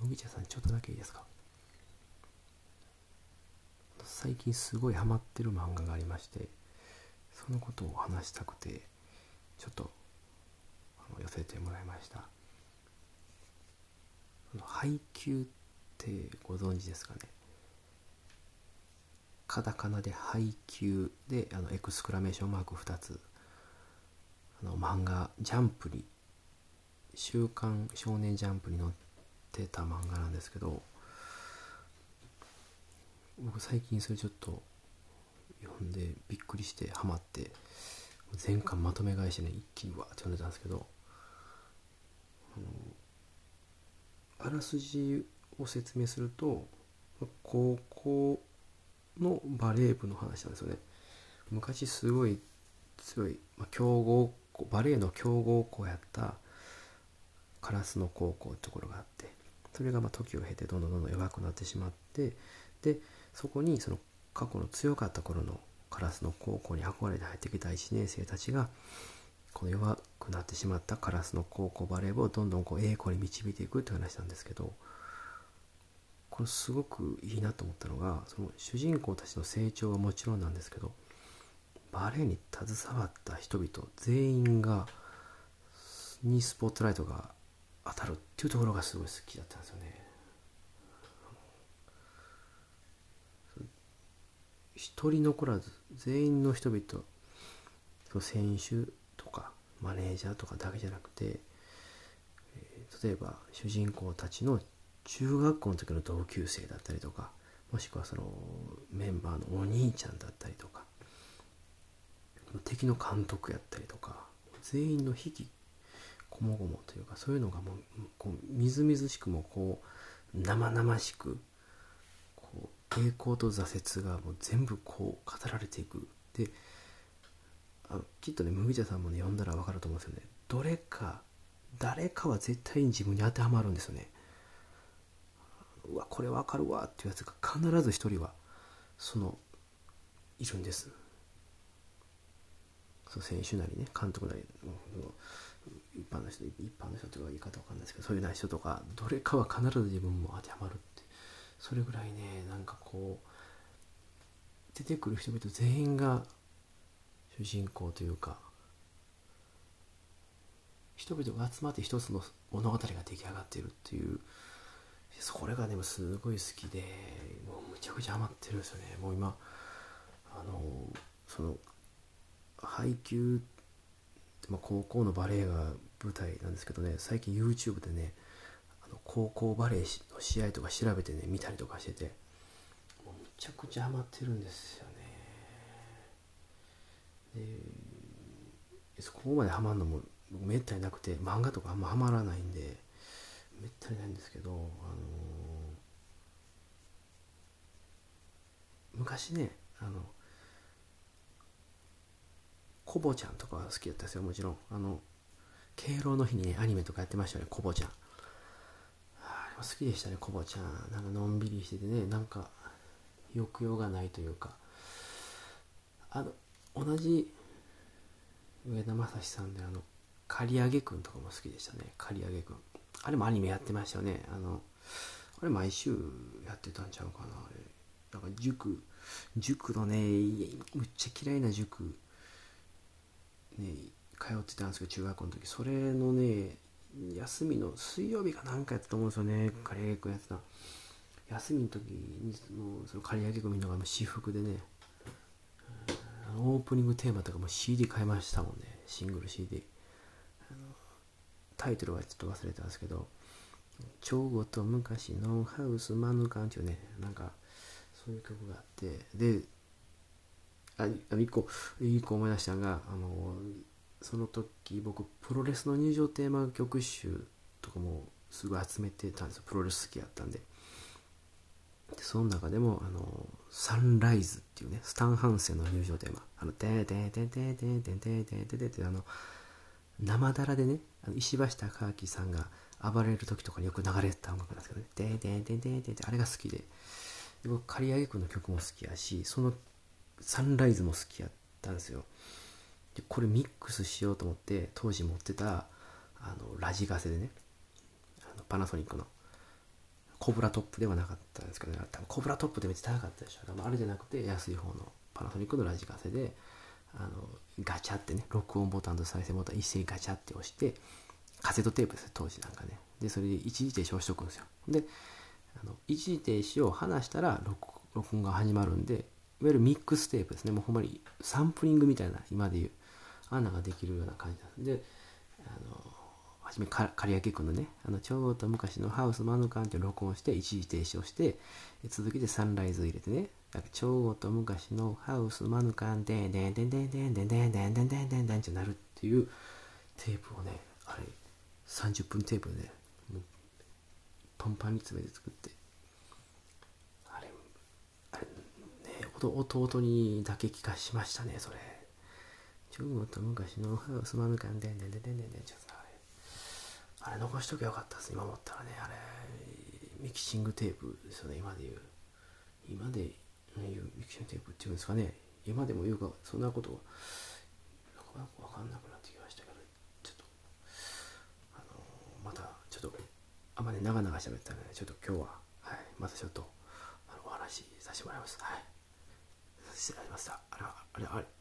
麦茶さんちょっとだけいいですか。最近すごいハマってる漫画がありまして、そのことを話したくてちょっと寄せてもらいました。配給ってご存知ですかね。カタカナで配給でエクスクラメーションマーク2つ、漫画ジャンプに、週刊少年ジャンプに載ってた漫画なんですけど、僕最近それちょっと読んでびっくりしてハマって、全巻まとめ買いしてね、一気にわーって読んでたんですけど、あらすじを説明すると、高校のバレー部の話なんですよね。昔すごい強い、強豪バレーの強豪校やった烏野高校ってところがあって、それが時を経てどんどん弱くなってしまって、でそこにその過去の強かった頃の烏野高校に憧れて入ってきた1年生たちが、この弱くなってしまった烏野高校バレー部をどんどん栄光に導いていくっていう話なんですけど、これすごくいいなと思ったのが、その主人公たちの成長はもちろんなんですけど、バレエに携わった人々全員にスポットライトが当たるっていうところがすごい好きだったんですよね。一人残らず全員の人々、選手とかマネージャーとかだけじゃなくて、例えば主人公たちの中学校の時の同級生だったりとか、もしくはそのメンバーのお兄ちゃんだったりとか、敵の監督やったりとか、全員の引きこもごもというか、そういうのがもうこうみずみずしくも生々しく、栄光と挫折がもう全部語られていく。で、きっとね、麦茶さんもね読んだら分かると思うんですよね。誰かは絶対に自分に当てはまるんですよね。うわこれ分かるわっていうやつが必ず一人はいるんです。選手なりね、監督なり、一般の人というか言い方わかんないですけど、そういうような人とか、どれかは必ず自分も当てはまるって、それぐらいね、出てくる人々全員が主人公というか、人々が集まって一つの物語が出来上がっているっていう、それがねすごい好きで、もうむちゃくちゃハマってるんですよね。もう今その配給、高校のバレエが舞台なんですけどね、最近 YouTube でね、高校バレーの試合とか調べてね見たりとかしてて、もうむちゃくちゃハマってるんですよね。でそこまでハマるのもめったになくて、漫画とかあんまハマらないんでめったにないんですけど、昔ね、コボちゃんとか好きだったですよ。もちろん敬老の日にねアニメとかやってましたよね、コボちゃん。あれも好きでしたね、コボちゃん。のんびりしててね、抑揚がないというか、同じ上田正史さんで刈り上げくんとかも好きでしたね。刈り上げくん、あれもアニメやってましたよね。あれ毎週やってたんちゃうかな。あれ塾のね、むっちゃ嫌いな塾ね通ってたんですけど、中学校の時、それのね休みの水曜日かなんかやったと思うんですよね、刈り上げくんやってた。休みの時にその刈り上げくん見るのが私服でね、オープニングテーマとかも CD 買いましたもんね、シングル CD。タイトルはちょっと忘れたんですけど、ちょうと昔のハウスマヌカンっていうね、そういう曲があって、で一個思い出したのが、その時僕プロレスの入場テーマ曲集とかもすごい集めてたんですよ。プロレス好きやったんで。その中でもサンライズっていうね、スタン・ハンセンの入場テーマ、テーテーテーテーテーテーテーテーテーテーテー生だらでね、石橋貴明さんが暴れる時とかによく流れてた音楽なんですけどね、テーテーテーテーテーテー、あれが好きで、僕刈り上げ君の曲も好きやし、そのサンライズも好きやったんですよ。でこれミックスしようと思って当時持ってたラジカセでね、パナソニックのコブラトップではなかったんですけどね、多分コブラトップでめっちゃ高かったでしょ。あれじゃなくて安い方のパナソニックのラジカセで、ガチャってね、録音ボタンと再生ボタン一斉にガチャって押して、カセットテープです当時なんかね。でそれで一時停止をしとくんですよ。で一時停止を離したら録音が始まるんで、いわゆるミックステープですね。もうほんまにサンプリングみたいな、今でいうあんなができるような感じなんで、はじめ刈谷君のね、ちょうど昔のハウスマヌカンって録音して一時停止をして、続けてサンライズを入れてね、ちょうど昔のハウスマヌカンでんでんでんでんでんでんでんでんでんでんでんでんってなるっていうテープをね、あれ30分テープでね、パンパンに詰めて作って、あれね、弟にだけ聞かしましたね、それ。ちょうど昔のハウスマヌカンでんでんでんでんでんでんってあれ残しときゃよかったです。今思ったらね、あれミキシングテープですよね。今で言うミキシングテープっていうんですかね。今でも言うか、そんなことなんか分かんなくなってきましたけど、ちょっとまたちょっとあんまり長々喋ったので、ちょっと今日は、はい、またちょっとお話しさせてもらいます。はい、失礼しました。あれ